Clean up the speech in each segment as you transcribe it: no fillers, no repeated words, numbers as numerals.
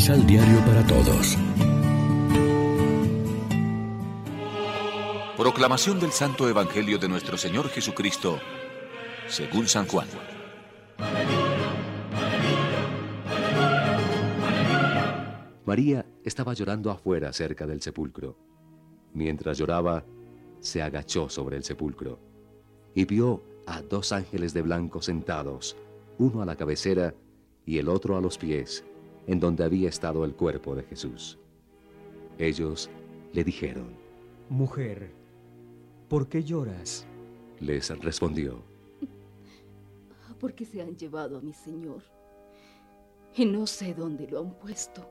Misal Diario para Todos. Proclamación del Santo Evangelio de nuestro Señor Jesucristo, según San Juan. María estaba llorando afuera cerca del sepulcro. Mientras lloraba, se agachó sobre el sepulcro y vio a 2 ángeles de blanco sentados, uno a la cabecera y el otro a los pies, en donde había estado el cuerpo de Jesús. Ellos le dijeron: Mujer, ¿por qué lloras? Les respondió: Porque se han llevado a mi Señor y no sé dónde lo han puesto.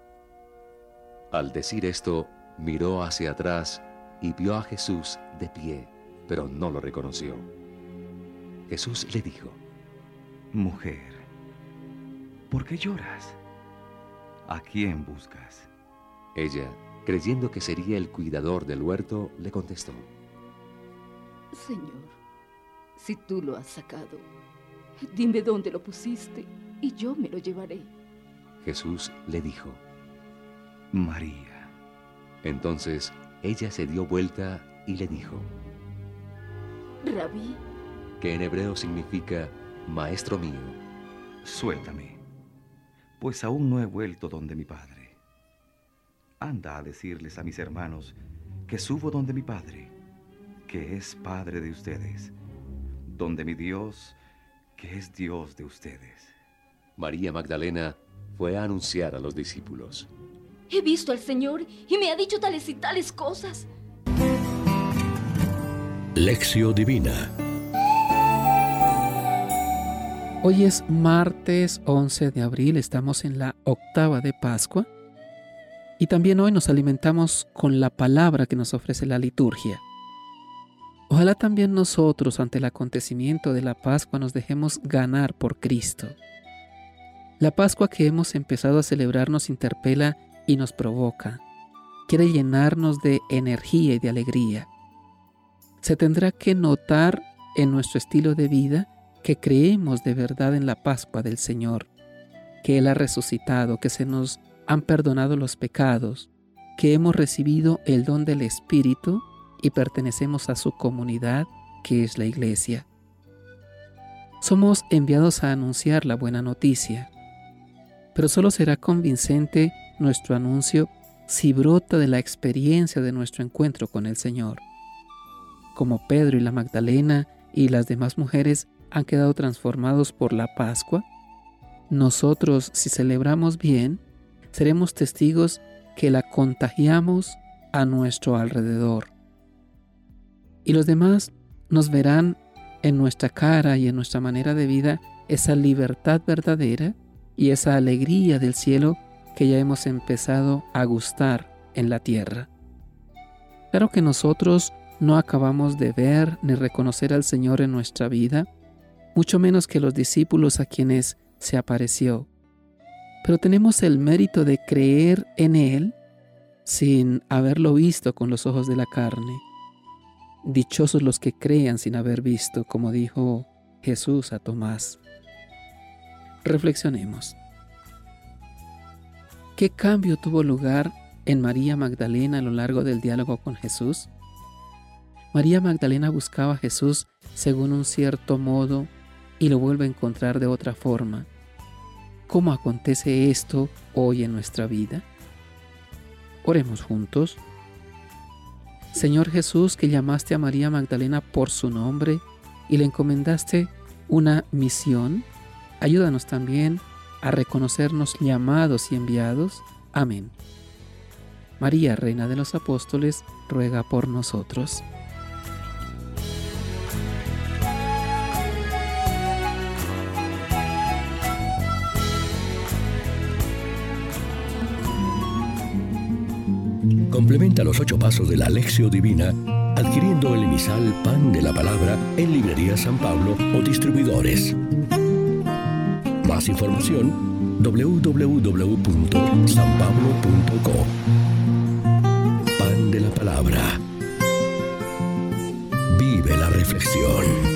Al decir esto, miró hacia atrás y vio a Jesús de pie, pero no lo reconoció. Jesús le dijo: Mujer, ¿por qué lloras? ¿A quién buscas? Ella, creyendo que sería el cuidador del huerto, le contestó: Señor, si tú lo has sacado, dime dónde lo pusiste y yo me lo llevaré. Jesús le dijo: María. Entonces ella se dio vuelta y le dijo: Rabí, que en hebreo significa maestro mío. Suéltame, pues aún no he vuelto donde mi Padre. Anda a decirles a mis hermanos que subo donde mi Padre, que es Padre de ustedes, donde mi Dios, que es Dios de ustedes. María Magdalena fue a anunciar a los discípulos: he visto al Señor y me ha dicho tales y tales cosas. Lección Divina. Hoy es martes 11 de abril, estamos en la octava de Pascua y también hoy nos alimentamos con la palabra que nos ofrece la liturgia. Ojalá también nosotros ante el acontecimiento de la Pascua nos dejemos ganar por Cristo. La Pascua que hemos empezado a celebrar nos interpela y nos provoca. Quiere llenarnos de energía y de alegría. Se tendrá que notar en nuestro estilo de vida que creemos de verdad en la Pascua del Señor, que Él ha resucitado, que se nos han perdonado los pecados, que hemos recibido el don del Espíritu y pertenecemos a su comunidad, que es la Iglesia. Somos enviados a anunciar la buena noticia, pero solo será convincente nuestro anuncio si brota de la experiencia de nuestro encuentro con el Señor. Como Pedro y la Magdalena y las demás mujeres han quedado transformados por la Pascua, nosotros, si celebramos bien, seremos testigos que la contagiamos a nuestro alrededor. Y los demás nos verán en nuestra cara y en nuestra manera de vida esa libertad verdadera y esa alegría del cielo que ya hemos empezado a gustar en la tierra. Claro que nosotros no acabamos de ver ni reconocer al Señor en nuestra vida, mucho menos que los discípulos a quienes se apareció. Pero tenemos el mérito de creer en Él sin haberlo visto con los ojos de la carne. Dichosos los que crean sin haber visto, como dijo Jesús a Tomás. Reflexionemos. ¿Qué cambio tuvo lugar en María Magdalena a lo largo del diálogo con Jesús? María Magdalena buscaba a Jesús según un cierto modo y lo vuelve a encontrar de otra forma. ¿Cómo acontece esto hoy en nuestra vida? Oremos juntos. Señor Jesús, que llamaste a María Magdalena por su nombre y le encomendaste una misión, ayúdanos también a reconocernos llamados y enviados. Amén. María, Reina de los Apóstoles, ruega por nosotros. Complementa los 8 pasos de la Lección Divina adquiriendo el emisal Pan de la Palabra en Librería San Pablo o distribuidores. Más información www.sanpablo.co. Pan de la Palabra. Vive la reflexión.